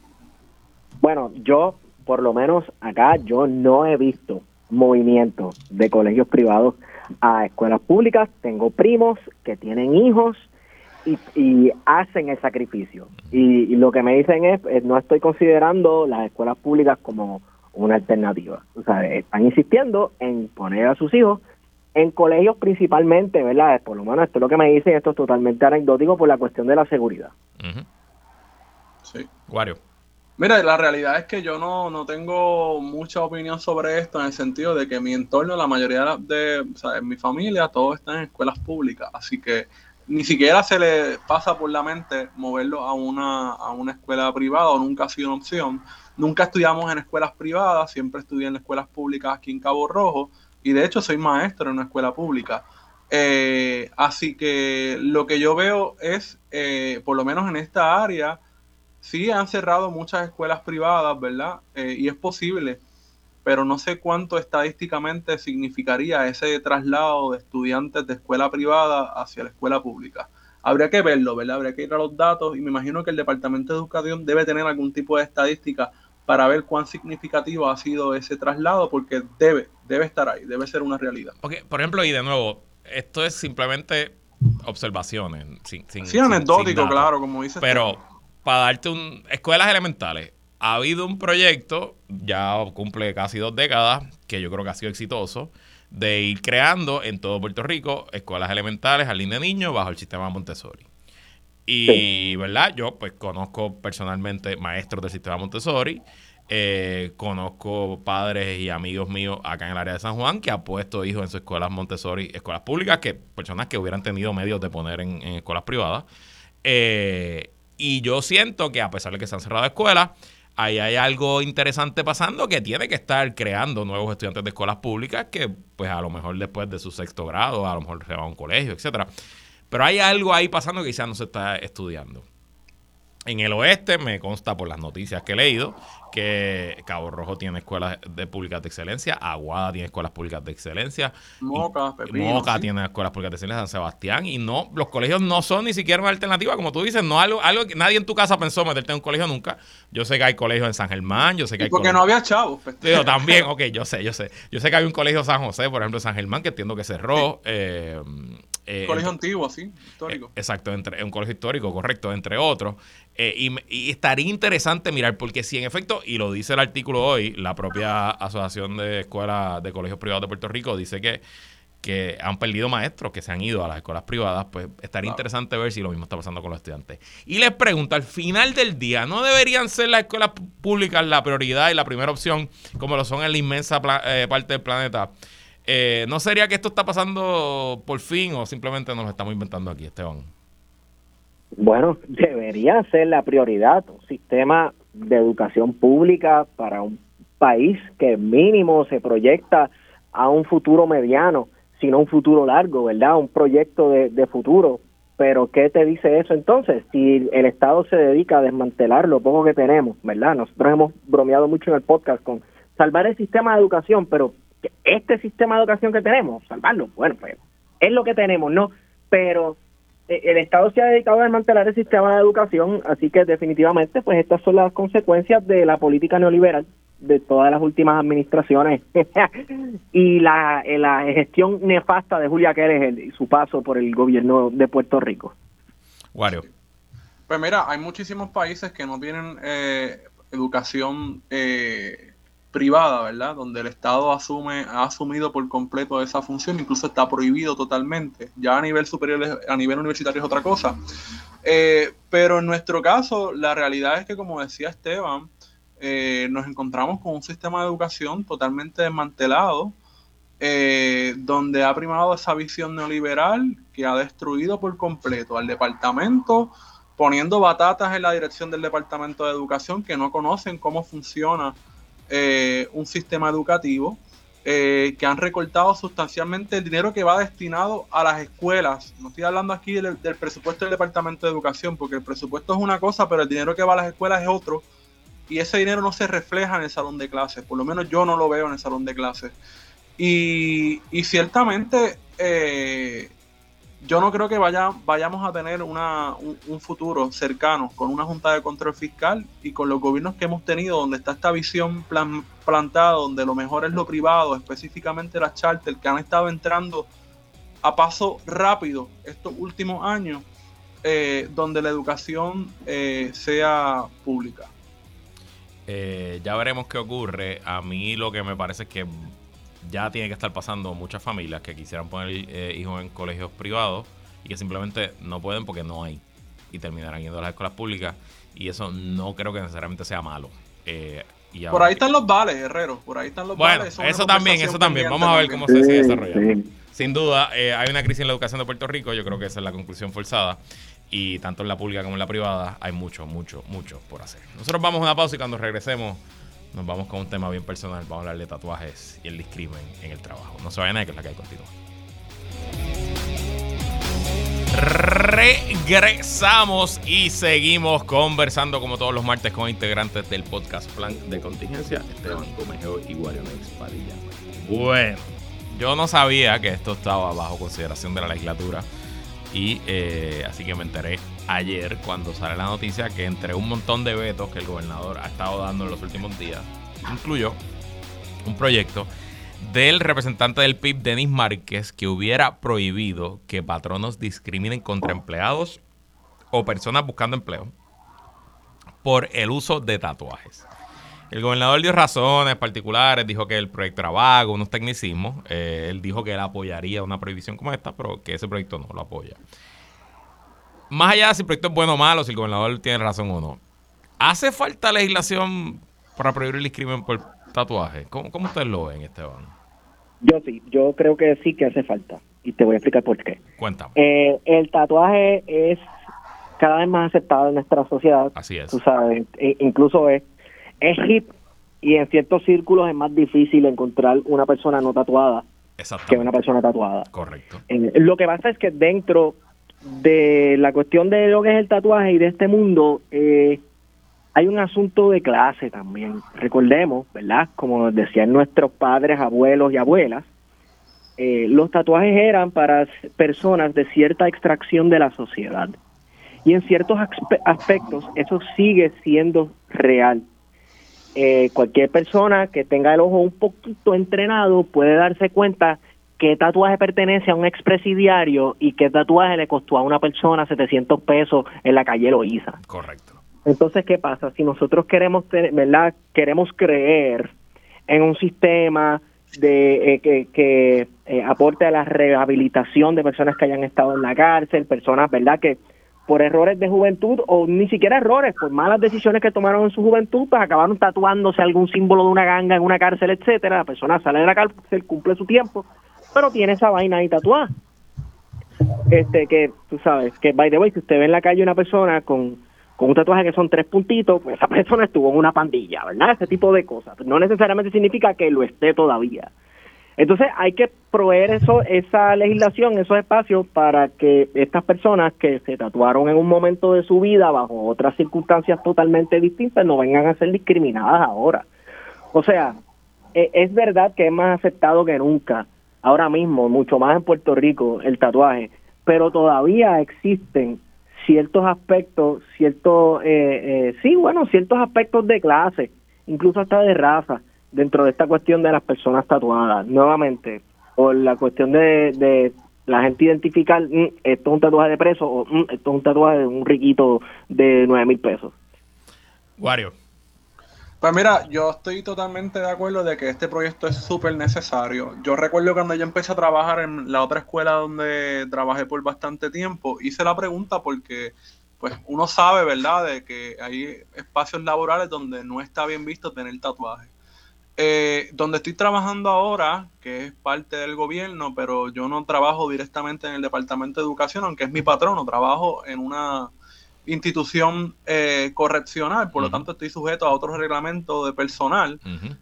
Bueno, yo, por lo menos acá, yo no he visto movimiento de colegios privados a escuelas públicas. Tengo primos que tienen hijos y, y hacen el sacrificio. Y, y lo que me dicen es, eh, no estoy considerando las escuelas públicas como una alternativa. O sea, están insistiendo en poner a sus hijos en colegios principalmente, ¿verdad? Por lo menos esto es lo que me dicen, esto es totalmente anecdótico por la cuestión de la seguridad. Uh-huh. Sí. Wario. Mira, la realidad es que yo no, no tengo mucha opinión sobre esto en el sentido de que mi entorno, la mayoría de, o sea, en mi familia, todos están en escuelas públicas, así que ni siquiera se le pasa por la mente moverlo a una, a una escuela privada, o nunca ha sido una opción. Nunca estudiamos en escuelas privadas, siempre estudié en escuelas públicas aquí en Cabo Rojo, y de hecho soy maestro en una escuela pública. Eh, así que lo que yo veo es, eh, por lo menos en esta área, sí han cerrado muchas escuelas privadas, ¿verdad? Eh, y es posible, pero no sé cuánto estadísticamente significaría ese traslado de estudiantes de escuela privada hacia la escuela pública. Habría que verlo, ¿verdad? Habría que ir a los datos y me imagino que el Departamento de Educación debe tener algún tipo de estadística para ver cuán significativo ha sido ese traslado, porque debe, debe estar ahí, debe ser una realidad. Ok, por ejemplo, y de nuevo, esto es simplemente observaciones. Sin, sin, sí, anecdótico, sin claro, como dices. Pero para darte un... Escuelas elementales. Ha habido un proyecto, ya cumple casi dos décadas, que yo creo que ha sido exitoso, de ir creando en todo Puerto Rico escuelas elementales, jardín de niños, bajo el sistema Montessori. Y, sí. ¿verdad? Yo pues conozco personalmente maestros del sistema Montessori, eh, conozco padres y amigos míos acá en el área de San Juan que han puesto hijos en sus escuelas Montessori, escuelas públicas, que personas que hubieran tenido medios de poner en, en escuelas privadas. Eh, y yo siento que a pesar de que se han cerrado escuelas, ahí hay algo interesante pasando que tiene que estar creando nuevos estudiantes de escuelas públicas que pues a lo mejor después de su sexto grado, a lo mejor se va a un colegio, etcétera. Pero hay algo ahí pasando que quizás no se está estudiando. En el oeste me consta por las noticias que he leído que Cabo Rojo tiene escuelas de públicas de excelencia, Aguada tiene escuelas públicas de excelencia, Moca, Pepino, Moca sí. tiene escuelas públicas de excelencia, San Sebastián, y no, los colegios no son ni siquiera una alternativa, como tú dices, no algo, algo que nadie en tu casa pensó meterte en un colegio nunca. Yo sé que hay colegios en San Germán, yo sé que hay porque colegios... no había chavos. Yo también, ok, yo sé, yo sé. Yo sé que hay un colegio San José, por ejemplo, San Germán, que entiendo que cerró. Sí. Eh, eh, colegio entre, antiguo, sí, histórico. Eh, exacto, entre, un colegio histórico, correcto, entre otros. Eh, y, y estaría interesante mirar, porque si en efecto, y lo dice el artículo hoy, la propia Asociación de Escuelas de Colegios Privados de Puerto Rico dice que, que han perdido maestros, que se han ido a las escuelas privadas, pues estaría claro. interesante ver si lo mismo está pasando con los estudiantes. Y les pregunto, al final del día, ¿no deberían ser las escuelas públicas la prioridad y la primera opción, como lo son en la inmensa pla- eh, parte del planeta? Eh, ¿No sería que esto está pasando por fin o simplemente nos lo estamos inventando aquí, Esteban? Bueno, debería ser la prioridad, un sistema de educación pública para un país que mínimo se proyecta a un futuro mediano, sino un futuro largo, ¿verdad? Un proyecto de, de futuro. Pero ¿qué te dice eso entonces? Si el Estado se dedica a desmantelar lo poco que tenemos, ¿verdad? Nosotros hemos bromeado mucho en el podcast con salvar el sistema de educación, pero este sistema de educación que tenemos, salvarlo, bueno, pues es lo que tenemos, ¿no? Pero el Estado se ha dedicado a desmantelar el sistema de educación, así que definitivamente pues estas son las consecuencias de la política neoliberal de todas las últimas administraciones y la, la gestión nefasta de Julia Keller y su paso por el gobierno de Puerto Rico. Wario. Pues mira, hay muchísimos países que no tienen eh, educación eh, privada, ¿verdad? Donde el Estado asume ha asumido por completo esa función, incluso está prohibido totalmente. Ya a nivel superior, a nivel universitario es otra cosa. Eh, pero en nuestro caso, la realidad es que, como decía Esteban, eh, nos encontramos con un sistema de educación totalmente desmantelado, eh, donde ha primado esa visión neoliberal que ha destruido por completo al departamento, poniendo batatas en la dirección del Departamento de Educación que no conocen cómo funciona Eh, un sistema educativo, eh, que han recortado sustancialmente el dinero que va destinado a las escuelas. No estoy hablando aquí del, del presupuesto del Departamento de Educación, porque el presupuesto es una cosa, pero el dinero que va a las escuelas es otro, y ese dinero no se refleja en el salón de clases, por lo menos yo no lo veo en el salón de clases. Y, y ciertamente eh, yo no creo que vaya, vayamos a tener una, un, un futuro cercano con una Junta de Control Fiscal y con los gobiernos que hemos tenido, donde está esta visión plan, plantada, donde lo mejor es lo privado, específicamente las charter, que han estado entrando a paso rápido estos últimos años, eh, donde la educación eh, sea pública. Eh, ya veremos qué ocurre. A mí lo que me parece es que ya tiene que estar pasando muchas familias que quisieran poner eh, hijos en colegios privados y que simplemente no pueden porque no hay y terminarán yendo a las escuelas públicas, y eso no creo que necesariamente sea malo. Eh, y por ahí están los vales, Herrero, por ahí están los bueno, vales. Bueno, eso también, eso también. Vamos a ver cómo se sigue desarrollando. Sin duda, eh, hay una crisis en la educación de Puerto Rico, yo creo que esa es la conclusión forzada, y tanto en la pública como en la privada hay mucho, mucho, mucho por hacer. Nosotros vamos a una pausa y cuando regresemos nos vamos con un tema bien personal. Vamos a hablar de tatuajes y el discrimen en el trabajo. No se vayan a ir, que es la que hay. Continúa. Regresamos y seguimos conversando como todos los martes con integrantes del podcast Plan de Contingencia, Esteban Gómez y Wario Padilla. Bueno, yo no sabía que esto estaba bajo consideración de la legislatura y eh, así que me enteré ayer cuando sale la noticia que entre un montón de vetos que el gobernador ha estado dando en los últimos días, incluyó un proyecto del representante del P I B, Denis Márquez, que hubiera prohibido que patronos discriminen contra empleados o personas buscando empleo por el uso de tatuajes. El gobernador dio razones particulares, dijo que el proyecto era vago, unos tecnicismos. Eh, él dijo que él apoyaría una prohibición como esta, pero que ese proyecto no lo apoya. Más allá de si el proyecto es bueno o malo, si el gobernador tiene razón o no, ¿hace falta legislación para prohibir el discrimen por tatuaje? ¿Cómo, cómo ustedes lo ven, Esteban? Yo sí, yo creo que sí que hace falta, y te voy a explicar por qué. Cuéntame. Eh, el tatuaje es cada vez más aceptado en nuestra sociedad. Así es. Tú sabes, e incluso es, es hip, y en ciertos círculos es más difícil encontrar una persona no tatuada que una persona tatuada. Correcto. Eh, lo que pasa es que dentro de la cuestión de lo que es el tatuaje y de este mundo, eh, hay un asunto de clase también. Recordemos, ¿verdad? Como decían nuestros padres, abuelos y abuelas, eh, los tatuajes eran para personas de cierta extracción de la sociedad. Y en ciertos aspectos eso sigue siendo real. Eh, cualquier persona que tenga el ojo un poquito entrenado puede darse cuenta qué tatuaje pertenece a un expresidiario y qué tatuaje le costó a una persona setecientos pesos en la calle Loíza. Correcto. Entonces, ¿qué pasa? Si nosotros queremos, tener, ¿verdad? Queremos creer en un sistema de eh, que, que eh, aporte a la rehabilitación de personas que hayan estado en la cárcel, personas, ¿verdad?, que por errores de juventud o ni siquiera errores, por malas decisiones que tomaron en su juventud, pues acabaron tatuándose algún símbolo de una ganga en una cárcel, etcétera. La persona sale de la cárcel, cumple su tiempo, pero tiene esa vaina ahí tatuada. Este, que tú sabes, que by the way, si usted ve en la calle una persona con, con un tatuaje que son tres puntitos, pues esa persona estuvo en una pandilla, ¿verdad? Ese tipo de cosas. No necesariamente significa que lo esté todavía. Entonces hay que proveer eso, esa legislación, esos espacios para que estas personas que se tatuaron en un momento de su vida bajo otras circunstancias totalmente distintas no vengan a ser discriminadas ahora. O sea, es verdad que es más aceptado que nunca, ahora mismo, mucho más en Puerto Rico, el tatuaje, pero todavía existen ciertos aspectos, ciertos, eh, eh, sí, bueno, ciertos aspectos de clase, incluso hasta de raza, dentro de esta cuestión de las personas tatuadas. Nuevamente, por la cuestión de, de la gente identificar, mm, esto es un tatuaje de preso o mm, esto es un tatuaje de un riquito de nueve mil pesos. Wario. Pues mira, yo estoy totalmente de acuerdo de que este proyecto es súper necesario. Yo recuerdo cuando yo empecé a trabajar en la otra escuela donde trabajé por bastante tiempo, hice la pregunta porque pues uno sabe, ¿verdad?, de que hay espacios laborales donde no está bien visto tener tatuajes. Eh, donde estoy trabajando ahora, que es parte del gobierno, pero yo no trabajo directamente en el Departamento de Educación, aunque es mi patrono, trabajo en una institución eh, correccional, por uh-huh. lo tanto estoy sujeto a otros reglamentos de personal. Uh-huh.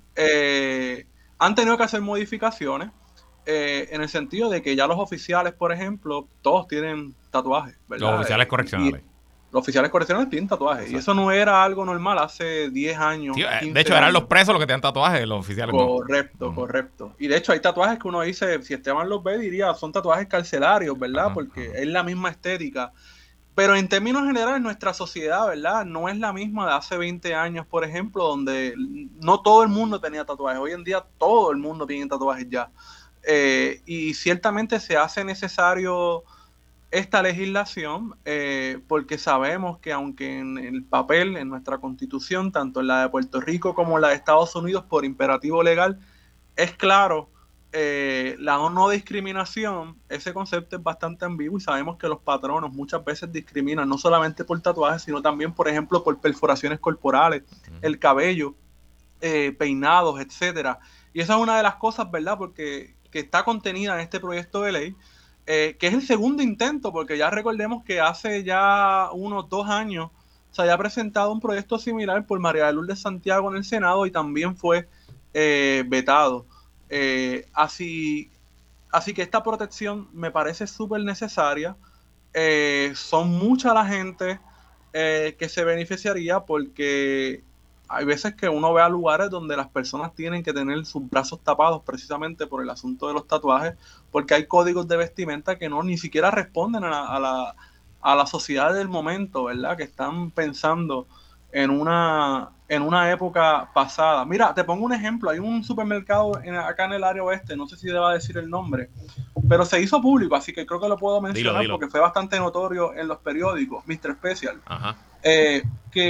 Eh, han tenido que hacer modificaciones eh, en el sentido de que ya los oficiales, por ejemplo, todos tienen tatuajes, ¿verdad? Los oficiales correccionales. Y, Los oficiales correccionales tienen tatuajes. Exacto. Y eso no era algo normal hace diez años. Sí, de hecho, eran los presos los que tenían tatuajes, los oficiales. Correcto, no. correcto. Y de hecho, hay tatuajes que uno dice, si Esteban los ve, diría, son tatuajes carcelarios, ¿verdad? Ajá, Porque ajá. es la misma estética. Pero en términos generales, nuestra sociedad, ¿verdad?, no es la misma de hace veinte años, por ejemplo, donde no todo el mundo tenía tatuajes. Hoy en día, todo el mundo tiene tatuajes ya. Eh, y ciertamente se hace necesario esta legislación, eh, porque sabemos que aunque en el papel, en nuestra Constitución, tanto en la de Puerto Rico como en la de Estados Unidos, por imperativo legal, es claro, eh, la no discriminación, ese concepto es bastante ambiguo y sabemos que los patronos muchas veces discriminan, no solamente por tatuajes, sino también, por ejemplo, por perforaciones corporales, uh-huh. el cabello, eh, peinados, etcétera. Y esa es una de las cosas, ¿verdad?, porque que está contenida en este proyecto de ley, Eh, que es el segundo intento, porque ya recordemos que hace ya unos dos años se había presentado un proyecto similar por María de Lourdes Santiago en el Senado y también fue eh, vetado. Eh, así, así que esta protección me parece súper necesaria. Eh, son mucha la gente eh, que se beneficiaría porque hay veces que uno ve a lugares donde las personas tienen que tener sus brazos tapados precisamente por el asunto de los tatuajes, porque hay códigos de vestimenta que no ni siquiera responden a la, a la, a la sociedad del momento, ¿verdad? Que están pensando en una, en una época pasada. Mira, te pongo un ejemplo. Hay un supermercado en, acá en el área oeste, no sé si deba decir el nombre, pero se hizo público, así que creo que lo puedo mencionar dilo, dilo. porque fue bastante notorio en los periódicos, mister Special. Ajá. Eh,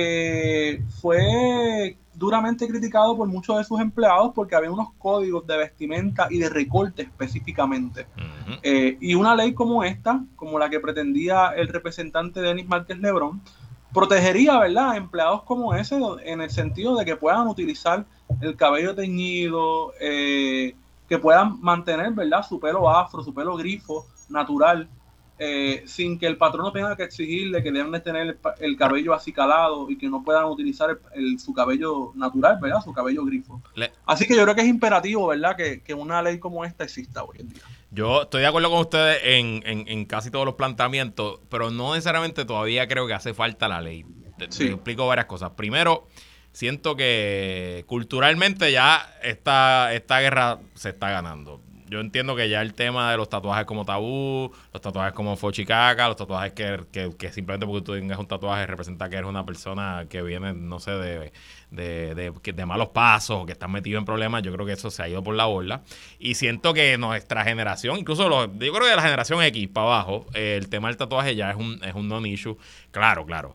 que fue duramente criticado por muchos de sus empleados porque había unos códigos de vestimenta y de recorte específicamente. Uh-huh. Eh, y una ley como esta, como la que pretendía el representante Denis Márquez Lebrón, protegería, ¿verdad?, a empleados como ese en el sentido de que puedan utilizar el cabello teñido, eh, que puedan mantener, ¿verdad?, su pelo afro, su pelo grifo, natural, Eh, sin que el patrono tenga que exigirle que deben de tener el, el cabello acicalado y que no puedan utilizar el, el, su cabello natural, ¿verdad? Su cabello grifo. Le... Así que yo creo que es imperativo, ¿verdad?, que, que una ley como esta exista hoy en día. Yo estoy de acuerdo con ustedes en, en, en casi todos los planteamientos, pero no necesariamente todavía creo que hace falta la ley. Te, sí. te explico varias cosas. Primero, siento que culturalmente ya esta, esta guerra se está ganando. Yo entiendo que ya el tema de los tatuajes como tabú, los tatuajes como fochicaca, los tatuajes que, que, que simplemente porque tú tengas un tatuaje representa que eres una persona que viene, no sé, de, de, de, de malos pasos, que estás metido en problemas, yo creo que eso se ha ido por la borda. Y siento que nuestra generación, incluso los, yo creo que de la generación X para abajo, eh, el tema del tatuaje ya es un, es un non-issue. Claro, claro.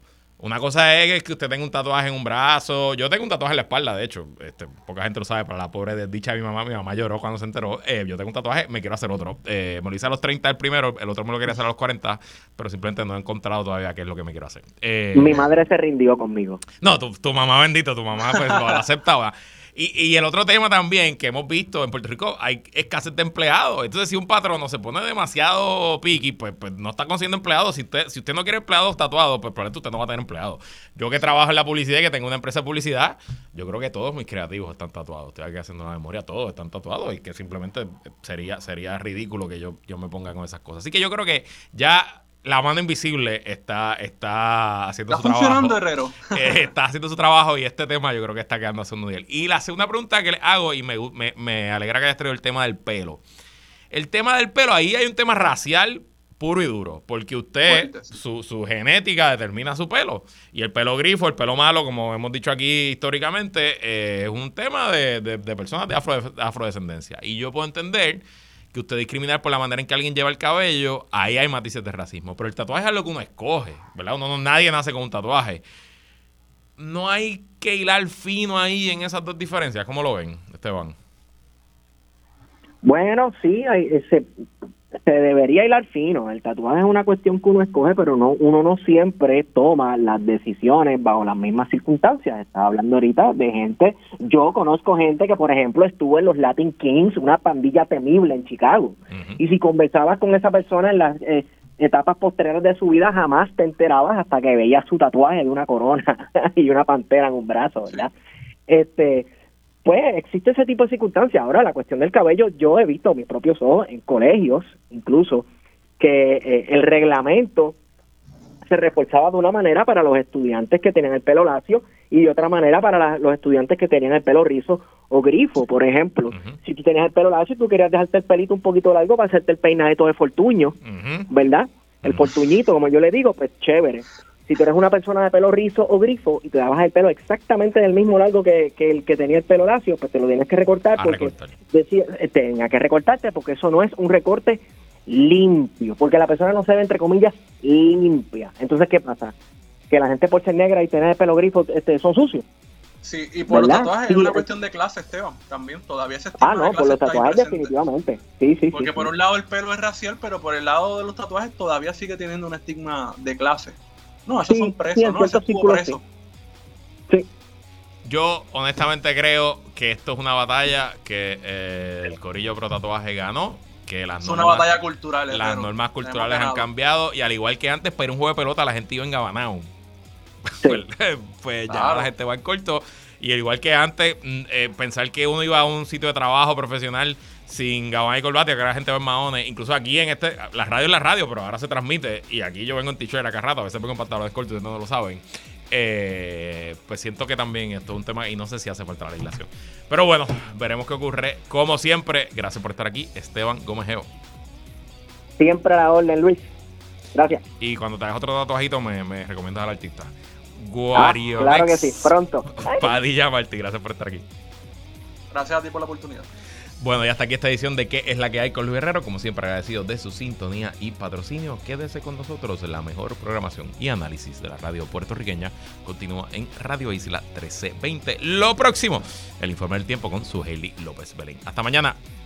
Una cosa es que usted tenga un tatuaje en un brazo. Yo tengo un tatuaje en la espalda, de hecho. Este, poca gente lo sabe, para la pobre desdicha de mi mamá. Mi mamá lloró cuando se enteró. Eh, yo tengo un tatuaje, me quiero hacer otro. Eh, me lo hice a los treinta el primero, el otro me lo quería hacer a los cuarenta, pero simplemente no he encontrado todavía qué es lo que me quiero hacer. Eh, mi madre se rindió conmigo. No, tu, tu mamá, bendito, tu mamá pues lo aceptaba. Y, y el otro tema también que hemos visto en Puerto Rico, hay escasez de empleados. Entonces, si un patrono se pone demasiado piqui, pues, pues no está consiguiendo empleados. Si usted, si usted no quiere empleados tatuados, pues probablemente usted no va a tener empleados. Yo que trabajo en la publicidad y que tengo una empresa de publicidad, yo creo que todos mis creativos están tatuados. Estoy aquí haciendo una memoria, todos están tatuados y que simplemente sería, sería ridículo que yo, yo me ponga con esas cosas. Así que yo creo que ya la mano invisible está, está haciendo está su trabajo. Está funcionando, Herrero. Eh, está haciendo su trabajo y este tema yo creo que está quedando a su nivel. Y la segunda pregunta que le hago, y me, me, me alegra que hayas traído el tema del pelo. El tema del pelo, ahí hay un tema racial puro y duro, porque usted, Fuerte, sí. su, su genética determina su pelo. Y el pelo grifo, el pelo malo, como hemos dicho aquí históricamente, eh, es un tema de, de, de personas de, afro, de afrodescendencia. Y yo puedo entender que usted discriminar por la manera en que alguien lleva el cabello, ahí hay matices de racismo. Pero el tatuaje es lo que uno escoge, ¿verdad? Uno, no, nadie nace con un tatuaje. No hay que hilar fino ahí en esas dos diferencias. ¿Cómo lo ven, Esteban? Bueno, sí, hay, se, se debería hilar fino. El tatuaje es una cuestión que uno escoge, pero no uno no siempre toma las decisiones bajo las mismas circunstancias. Estaba hablando ahorita de gente, yo conozco gente que, por ejemplo, estuvo en los Latin Kings, una pandilla temible en Chicago. Uh-huh. Y si conversabas con esa persona en las eh, etapas posteriores de su vida, jamás te enterabas hasta que veías su tatuaje de una corona y una pantera en un brazo, ¿verdad? Este... Pues existe ese tipo de circunstancias. Ahora, la cuestión del cabello, yo he visto mis propios ojos en colegios, incluso, que eh, el reglamento se reforzaba de una manera para los estudiantes que tenían el pelo lacio y de otra manera para la, los estudiantes que tenían el pelo rizo o grifo, por ejemplo. Uh-huh. Si tú tenías el pelo lacio y tú querías dejarte el pelito un poquito largo para hacerte el peinadito de fortuño, uh-huh. ¿verdad? El uh-huh. fortuñito, como yo le digo, pues chévere. Si tú eres una persona de pelo rizo o grifo y te dabas el pelo exactamente del mismo largo que, que el que tenía el pelo lacio, pues te lo tienes que recortar. A porque decía, tenía que recortarte porque eso no es un recorte limpio, porque la persona no se ve, entre comillas, limpia. Entonces, ¿qué pasa? Que la gente por ser negra y tener el pelo grifo este, son sucios. Sí, y por ¿verdad? Los tatuajes sí, es una cuestión de clase, Esteban, también todavía se estima. Ah, no, de por los tatuajes definitivamente. Sí, sí, porque sí, por sí. un lado el pelo es racial, pero por el lado de los tatuajes todavía sigue teniendo un estigma de clase. No, esos sí, son presos, sí, ¿no? Ese estuvo preso. Sí. sí. Yo honestamente creo que esto es una batalla que eh, el Corillo Pro Tatuaje ganó. Que las es normas, una batalla cultural. Las pero, normas culturales han cambiado y al igual que antes, para ir un juego de pelota la gente iba engabanado. Sí. pues, pues claro. Ya la gente va en corto. Y al igual que antes, eh, pensar que uno iba a un sitio de trabajo profesional sin gabán y corbata, que ahora la gente va en maones. Incluso aquí en este, la radio es la radio, pero ahora se transmite. Y aquí yo vengo en t-shirt acá rato, a veces vengo en pantalones cortos, ustedes no lo saben. Eh, pues siento que también esto es un tema y no sé si hace falta la legislación. Pero bueno, veremos qué ocurre. Como siempre, gracias por estar aquí, Esteban Gómez Geo. Siempre a la orden, Luis. Gracias. Y cuando te hagas otro tatuajito, me, me recomiendas al artista. Guarionex. Ah, claro que sí, pronto. Padilla Martí, gracias por estar aquí. Gracias a ti por la oportunidad. Bueno, y hasta aquí esta edición de ¿Qué es la que hay con Luis Herrero? Como siempre, agradecido de su sintonía y patrocinio. Quédese con nosotros. La mejor programación y análisis de la radio puertorriqueña continúa en Radio Isla trece veinte. Lo próximo, el informe del tiempo con Suheili López Belén. Hasta mañana.